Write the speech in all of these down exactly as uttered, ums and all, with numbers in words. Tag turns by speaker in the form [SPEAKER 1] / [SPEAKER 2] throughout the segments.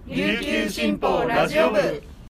[SPEAKER 1] 琉球新報ラジオ部。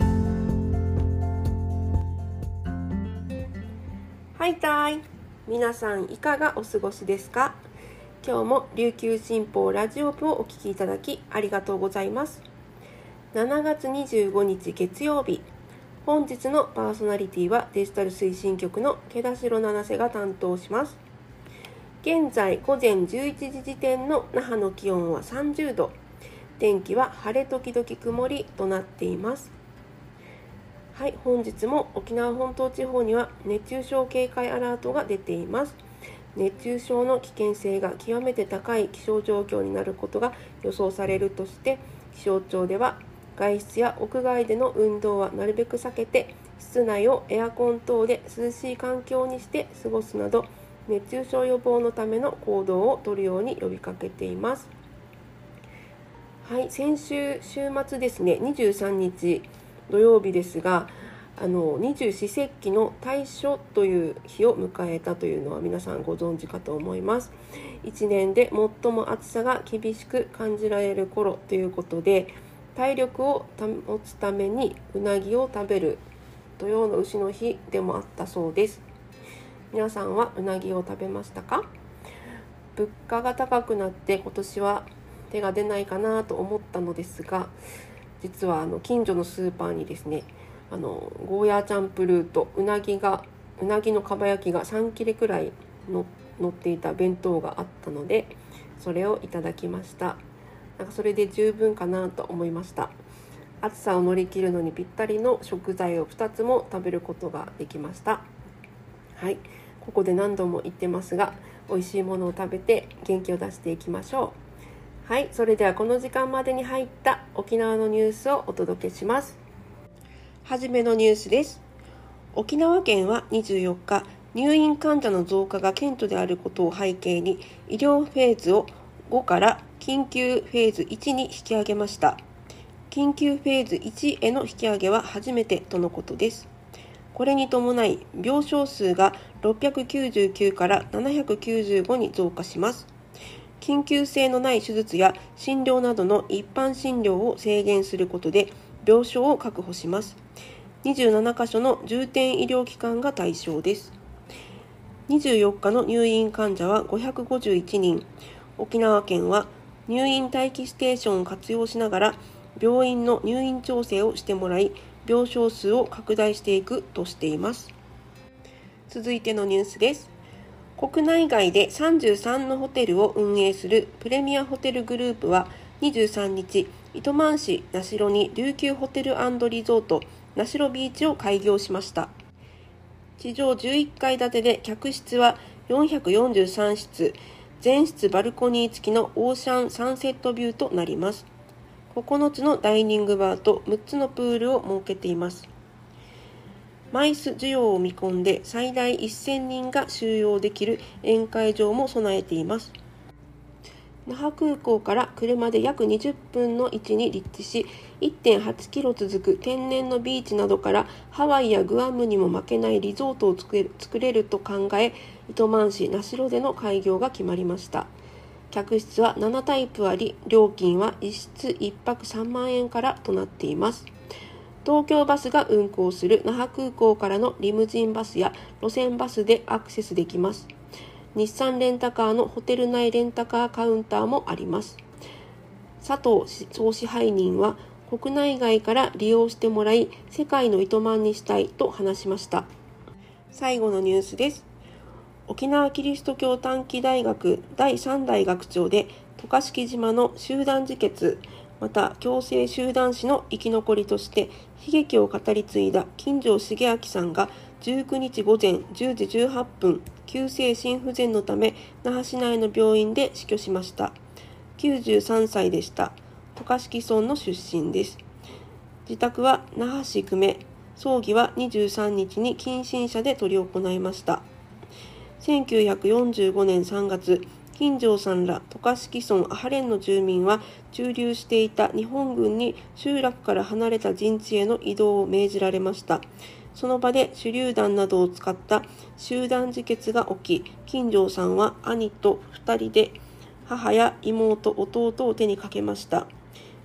[SPEAKER 2] はいたい、皆さんいかがお過ごしですか？今日も琉球新報ラジオ部をお聞きいただきありがとうございます。しちがつにじゅうごにち月曜日、本日のパーソナリティはデジタル推進局の毛田代七瀬が担当します。現在午前じゅういちじ時点の那覇の気温はさんじゅうど、天気は晴れ時々曇りとなっています。はい、本日も沖縄本島地方には熱中症警戒アラートが出ています。熱中症の危険性が極めて高い気象状況になることが予想されるとして、気象庁では外出や屋外での運動はなるべく避けて、室内をエアコン等で涼しい環境にして過ごすなど、熱中症予防のための行動をとるように呼びかけています。はい、先週週末ですね、にじゅうさんにち土曜日ですが、あの二十四節気の大暑という日を迎えたというのは皆さんご存知かと思います。いちねんで最も暑さが厳しく感じられる頃ということで、体力を保つためにうなぎを食べる土用の丑の日でもあったそうです。皆さんはうなぎを食べましたか？物価が高くなって今年は手が出ないかなと思ったのですが、実はあの近所のスーパーにですね、あのゴーヤーチャンプルーとうなぎがうなぎのかば焼きがさん切れくらいの乗っていた弁当があったので、それをいただきました。なんかそれで十分かなと思いました。暑さを乗り切るのにぴったりの食材をふたつも食べることができました。はい、ここで何度も言ってますが、美味しいものを食べて元気を出していきましょう。はい、それではこの時間までに入った沖縄のニュースをお届けします。はじめのニュースです。沖縄県はにじゅうよっか、入院患者の増加が顕著であることを背景に、医療フェーズをごから緊急フェーズいちに引き上げました。緊急フェーズいちへの引き上げは初めてとのことです。これに伴い、病床数がろっぴゃくきゅうじゅうきゅうからななひゃくきゅうじゅうごに増加します。緊急性のない手術や診療などの一般診療を制限することで病床を確保します。にじゅうななかしょの重点医療機関が対象です。にじゅうよっかの入院患者はごひゃくごじゅういちにん。沖縄県は入院待機ステーションを活用しながら病院の入院調整をしてもらい、病床数を拡大していくとしています。続いてのニュースです。国内外でさんじゅうさんのホテルを運営するプレミアホテルグループはにじゅうさんにち、糸満市名代に琉球ホテル&リゾート名代ビーチを開業しました。地上じゅういっかい建てで客室はよんひゃくよんじゅうさんしつ、全室バルコニー付きのオーシャンサンセットビューとなります。ここのつのダイニングバーとむっつのプールを設けています。マイス需要を見込んで最大せんにんが収容できる宴会場も備えています。那覇空港から車で約にじゅっぷんの位置に立地し、いってんはちキロ続く天然のビーチなどからハワイやグアムにも負けないリゾートを作れる、作れると考え、糸満市名代での開業が決まりました。客室はななタイプあり、料金はいっしついっぱくさんまんえんからとなっています。東京バスが運行する那覇空港からのリムジンバスや路線バスでアクセスできます。日産レンタカーのホテル内レンタカーカウンターもあります。佐藤総支配人は国内外から利用してもらい、世界の糸満にしたいと話しました。最後のニュースです。沖縄キリスト教短期大学だいさんだい学長で渡嘉敷島の集団自決、また強制集団死の生き残りとして悲劇を語り継いだ金城重明さんがじゅうくにちごぜんじゅうじじゅうはっぷん、急性心不全のため那覇市内の病院で死去しました。きゅうじゅうさんさいでした。渡嘉敷村の出身です。自宅は那覇市久米、葬儀はにじゅうさんにちに近親者で執り行いました。せんきゅうひゃくよんじゅうごねんさんがつ、金城さんら渡嘉敷村アハレンの住民は駐留していた日本軍に集落から離れた陣地への移動を命じられました。その場で手榴弾などを使った集団自決が起き、金城さんは兄とふたりで母や妹、弟を手にかけました。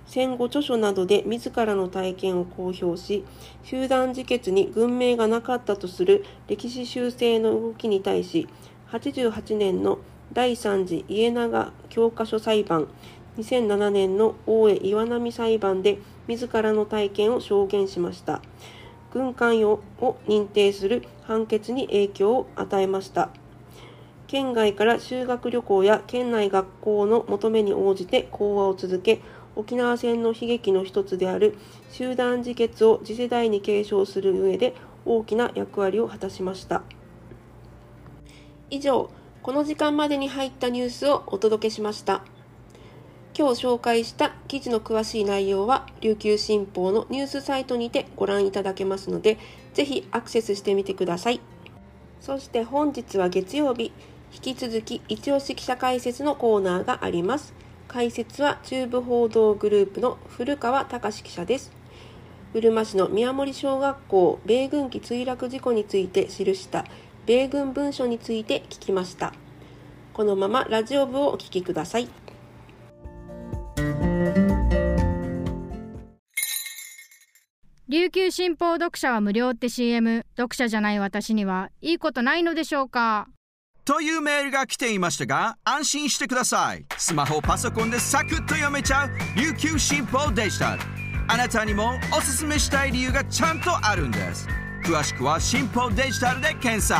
[SPEAKER 2] 戦後著書などで自らの体験を公表し、集団自決に群命がなかったとする歴史修正の動きに対し、はちじゅうはちねんの第三次家長教科書裁判、にせんななねんの大江岩波裁判で自らの体験を証言しました。軍関与を認定する判決に影響を与えました。県外から修学旅行や県内学校の求めに応じて講話を続け、沖縄戦の悲劇の一つである集団自決を次世代に継承する上で大きな役割を果たしました。以上、この時間までに入ったニュースをお届けしました。今日紹介した記事の詳しい内容は琉球新報のニュースサイトにてご覧いただけますので、ぜひアクセスしてみてください。そして本日は月曜日、引き続き一押し記者解説のコーナーがあります。解説は中部報道グループの古川隆記者です。うるま市の宮森小学校米軍機墜落事故について記した米軍文書について聞きました。このままラジオ部をお聞きください。
[SPEAKER 3] 琉球新報読者は無料って シーエム、読者じゃない私にはいいことないのでしょうか
[SPEAKER 4] というメールが来ていましたが、安心してください。スマホパソコンでサクッと読めちゃう琉球新報デジタル。あなたにもおすすめしたい理由がちゃんとあるんです。詳しくは新報デジタルで検索。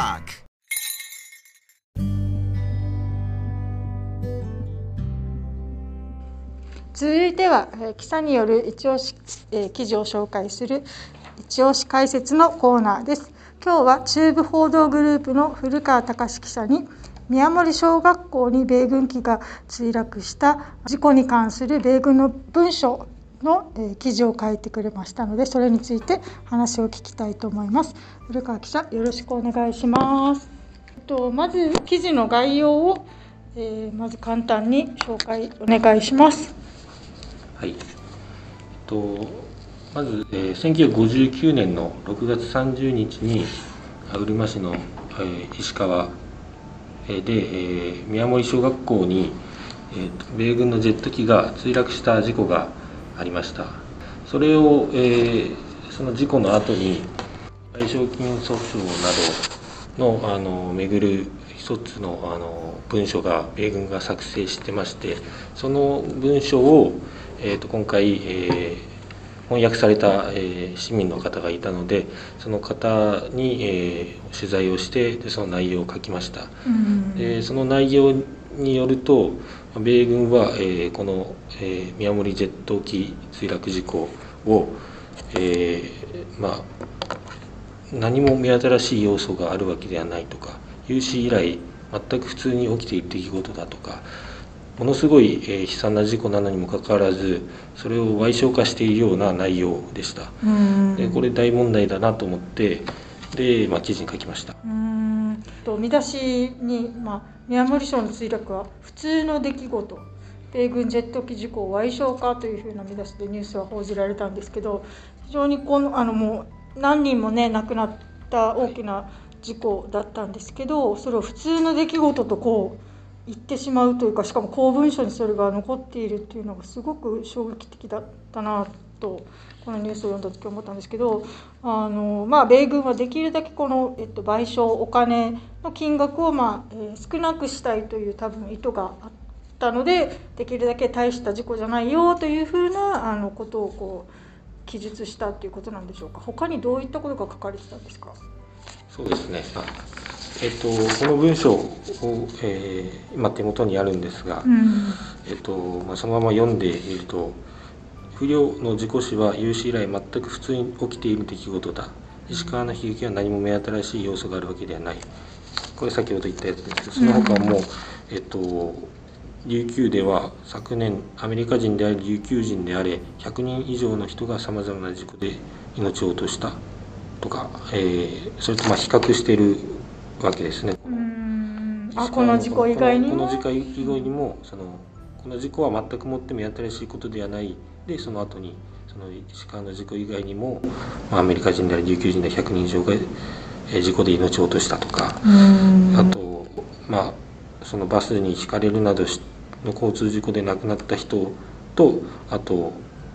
[SPEAKER 5] 続いては記者による一押し、えー、記事を紹介する一押し解説のコーナーです。今日は中部報道グループの古川隆記者に宮森小学校に米軍機が墜落した事故に関する米軍の文書の、えー、記事を書いてくれましたので、それについて話を聞きたいと思います。古川記者、よろしくお願いします。えっと、まず記事の概要を、えー、まず簡単に紹介お願いします。
[SPEAKER 6] はい、えっと、まず、えー、せんきゅうひゃくごじゅうきゅうねんのろくがつさんじゅうにちにうるま市の、えー、石川で、えー、宮森小学校に、えー、米軍のジェット機が墜落した事故がありました。それを、えー、その事故の後に賠償金訴訟などのあの巡る一つのあの文書が米軍が作成してまして、その文書をえー、と今回、えー、翻訳された、えー、市民の方がいたので、その方に、えー、取材をしてでその内容を書きました。でその内容によると、米軍は、えー、この、えー、宮森ジェット機墜落事故を、えーまあ、何も目新しい要素があるわけではないとか、有史以来全く普通に起きている出来事だとか、ものすごい、えー、悲惨な事故なのにもかかわらず、それを矮小化しているような内容でした。でこれ大問題だなと思って、で、まあ、記事に書きました。
[SPEAKER 5] うーんと見出しに、まあ、宮森省の墜落は普通の出来事、米軍ジェット機事故を矮小化というふうな見出しでニュースは報じられたんですけど、非常にこのあのもう何人もね亡くなった大きな事故だったんですけど、それを普通の出来事とこう言ってしまうというか、しかも公文書にそれが残っているっていうのがすごく衝撃的だったなとこのニュースを読んだ時思ったんですけど、あの、まあ、米軍はできるだけこの、えっと、賠償お金の金額を、まあえー、少なくしたいという多分意図があったので、できるだけ大した事故じゃないよというふうなあのことをこう記述したということなんでしょうか。他にどういったことが書かれてたんですか。
[SPEAKER 6] そうですね、えっと、この文章を、えー、今手元にあるんですが、うんえっとまあ、そのまま読んでみると、不慮の事故死は有史以来全く普通に起きている出来事だ。石川の悲劇は何も目新しい要素があるわけではない。これ先ほど言ったやつです。その他も、うんえっと、琉球では昨年アメリカ人であり琉球人であれひゃくにん以上の人がさまざまな事故で命を落としたとか、えー、それとまあ比較しているわけですね。
[SPEAKER 5] うーんあこの事故以外にも
[SPEAKER 6] この事故以外にもそのこの事故は全くもって目新しいことではないで、その後にその石川の事故以外にも、まあ、アメリカ人であり琉球人でひゃくにん以上が、えー、事故で命を落としたとか、あとまあそのバスにひかれるなどの交通事故で亡くなった人と、あと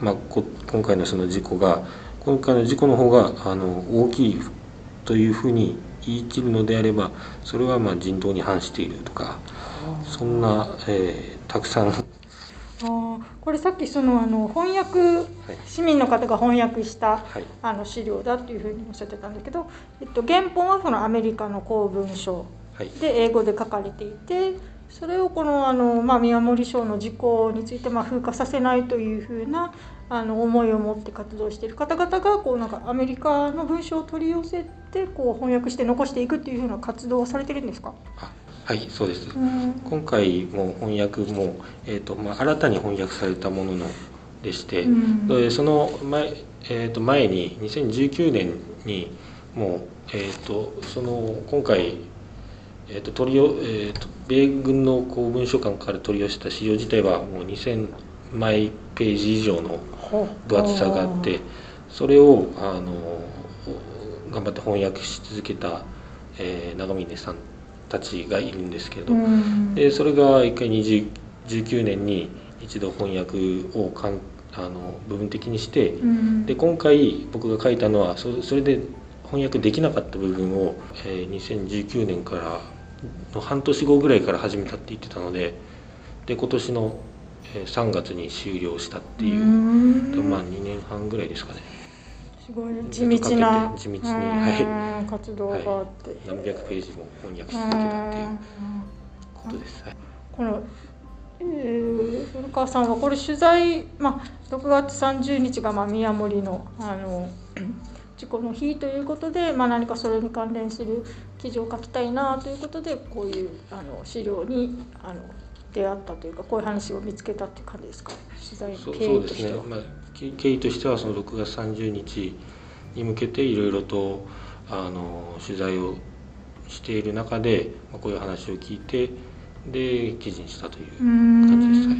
[SPEAKER 6] まあ、こ今回のその事故が今回の事故の方があの大きいというふうに言い切るのであれば、それはまあ人道に反しているとか、そんな、えー、たくさん
[SPEAKER 5] あこれさっきそのあの翻訳、はい、市民の方が翻訳した、はい、あの資料だというふうにおっしゃってたんだけど、えっと、原本はそのアメリカの公文書で英語で書かれていて、それをこのあの、まあ、宮森省の事故についてまあ風化させないというふうなあの思いを持って活動している方々がこうなんかアメリカの文章を取り寄せてこう翻訳して残していくっていうふうな活動をされてるんですか？
[SPEAKER 6] はい、そうです。今回も翻訳も、えーとまあ、新たに翻訳されたもののでして、でその前、えーと前ににせんじゅうきゅうねんにもう、えーとその今回、えーと取りよえーと米軍の公文書館から取り寄せた資料自体はもうにせんまいページ以上の分厚さがあって、それをあの頑張って翻訳し続けた、えー、長峰さんたちがいるんですけれど、でそれが一回にじゅうきゅうねんに一度翻訳をかんあの部分的にして、で今回僕が書いたのは そ, それで翻訳できなかった部分を、えー、にせんじゅうきゅうねんからの半年後ぐらいから始めたって言ってたので、で今年のさんがつに終了したっていう、まあにねんはんぐらいですかね。
[SPEAKER 5] すごい地道な
[SPEAKER 6] 地道に、は
[SPEAKER 5] い、活動があって、はい、
[SPEAKER 6] 何百ページも翻訳し続けたっていうことです。はい、
[SPEAKER 5] この、えー、古川さんはこれ取材、まあ、ろくがつさんじゅうにちがまあ宮森の、あの事故の日ということで、まあ、何かそれに関連する記事を書きたいなということでこういうあの資料にあの出会ったというか、こういう話を見つけたっていう感じですか？取材の経緯としては。そうですね、まあ、
[SPEAKER 6] 経緯としてはそのろくがつさんじゅうにちに向けていろいろとあの取材をしている中で、まあ、こういう話を聞いてで記事にしたという感じです。はい、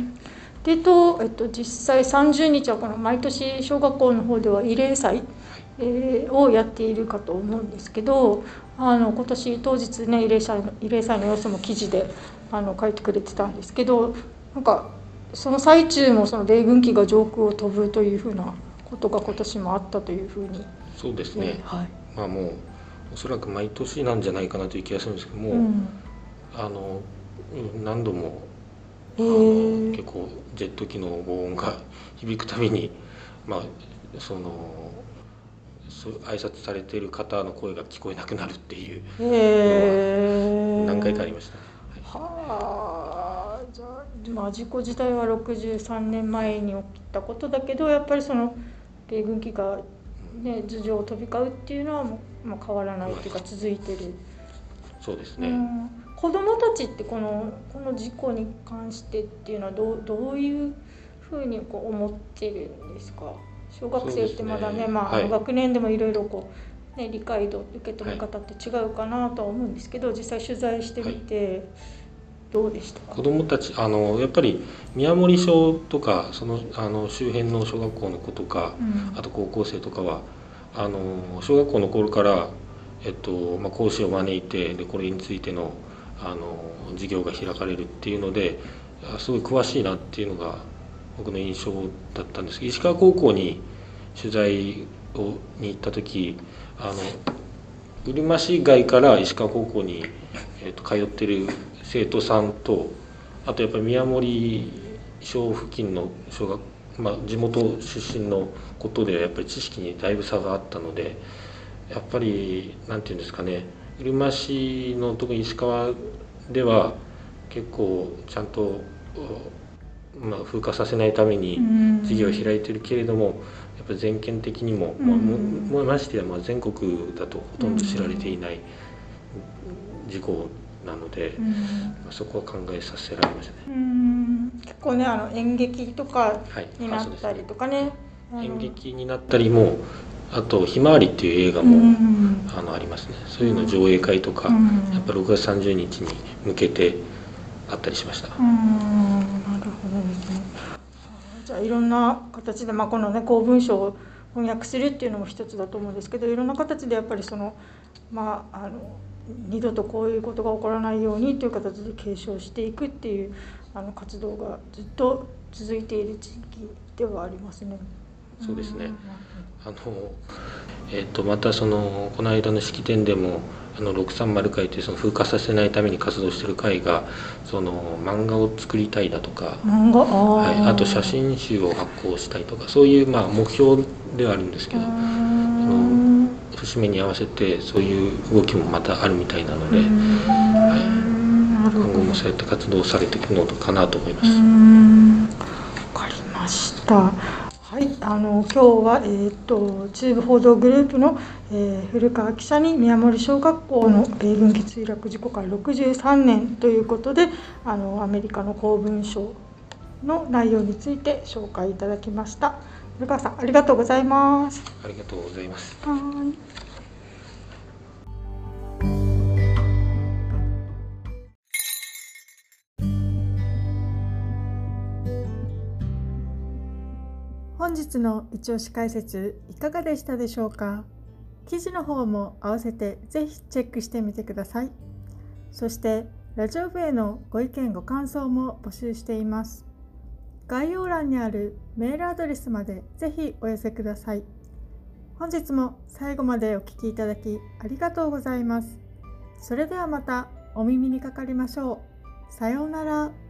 [SPEAKER 5] でと、えっと、実際さんじゅうにちはこの毎年小学校の方では慰霊祭、はいえー、をやっているかと思うんですけど、あの今年当日ね慰霊祭の慰霊祭の様子も記事であの書いてくれてたんですけど、なんかその最中もその米軍機が上空を飛ぶというふうなことが今年もあったというふうに。
[SPEAKER 6] そうですね、はい、まあもうおそらく毎年なんじゃないかなという気がするんですけども、うん、あの何度もあの結構ジェット機の轟音が響くたびに、まあ、その挨拶されている方の声が聞こえなくなるっていうのは何回かありましたね。
[SPEAKER 5] はあ、じゃあ、まあ、事故自体はろくじゅうさんねんまえに起きたことだけど、やっぱりその米軍機が、ね、頭上を飛び交うっていうのはもう、まあ、変わらないというか続いてる。
[SPEAKER 6] そうですね。
[SPEAKER 5] うん子どもたちってこの、この事故に関してっていうのはどう、どういうふうにこう思ってるんですか？小学生ってまだ ね, ね、まあ、はい、学年でもいろいろこう、ね、理解度受け止め方って違うかなとは思うんですけど、実際取材してみてどうでしたか？
[SPEAKER 6] はい、子どもたちあのやっぱり宮森小とかそのあの周辺の小学校の子とか、うん、あと高校生とかはあの小学校の頃から、えっとまあ、講師を招いてでこれについてのあの授業が開かれるっていうのですごい詳しいなっていうのが僕の印象だったんですけど、石川高校に取材をに行った時あのうるま市外から石川高校に、えー、と通ってる生徒さんと、あとやっぱり宮森小付近の小学、まあ、地元出身のことでやっぱり知識にだいぶ差があったので、やっぱりなんていうんですかね、うるま市の特に石川では結構ちゃんと、まあ、風化させないために授業を開いてるけれども、やっぱり全県的にも、まあ、ましてやまあ全国だとほとんど知られていない事故なので、まあ、そこは考えさせられましたね。
[SPEAKER 5] うん結構ねあの演劇とかになったりとかね、
[SPEAKER 6] はい、演劇になったりも、あと「ひまわり」っていう映画も、うん、あのありますね。そういうの上映会とか、うん、やっぱりろくがつさんじゅうにちに向けてあったりしました。
[SPEAKER 5] うんなるほどですね。じゃあいろんな形で、まあ、このね公文書を翻訳するっていうのも一つだと思うんですけど、いろんな形でやっぱりそのまああの二度とこういうことが起こらないようにという形で継承していくっていうあの活動がずっと続いている地域ではありますね。
[SPEAKER 6] そうですね。あのえー、とまたそのこの間の式典でもあのろくさんまる会というその風化させないために活動している会がその漫画を作りたいだとか、
[SPEAKER 5] 漫画、あ、
[SPEAKER 6] はい、あと写真集を発行したいとか、そういうまあ目標ではあるんですけど、あの節目に合わせてそういう動きもまたあるみたいなので、はい、今後もそうやって活動されていくのかなと思います。
[SPEAKER 5] うーん、わかりました。はい、あの今日は、えー、と中部報道グループの、えー、古川記者に宮森小学校の米軍機墜落事故からろくじゅうさんねんということで、あのアメリカの公文書の内容について紹介いただきました。古川さん、ありがとうございます。
[SPEAKER 6] ありがとうございます。
[SPEAKER 5] はい。本日の一押し解説いかがでしたでしょうか。記事の方も合わせてぜひチェックしてみてください。そしてラジオ部へのご意見ご感想も募集しています。概要欄にあるメールアドレスまでぜひお寄せください。本日も最後までお聞きいただきありがとうございます。それではまたお耳にかかりましょう。さようなら。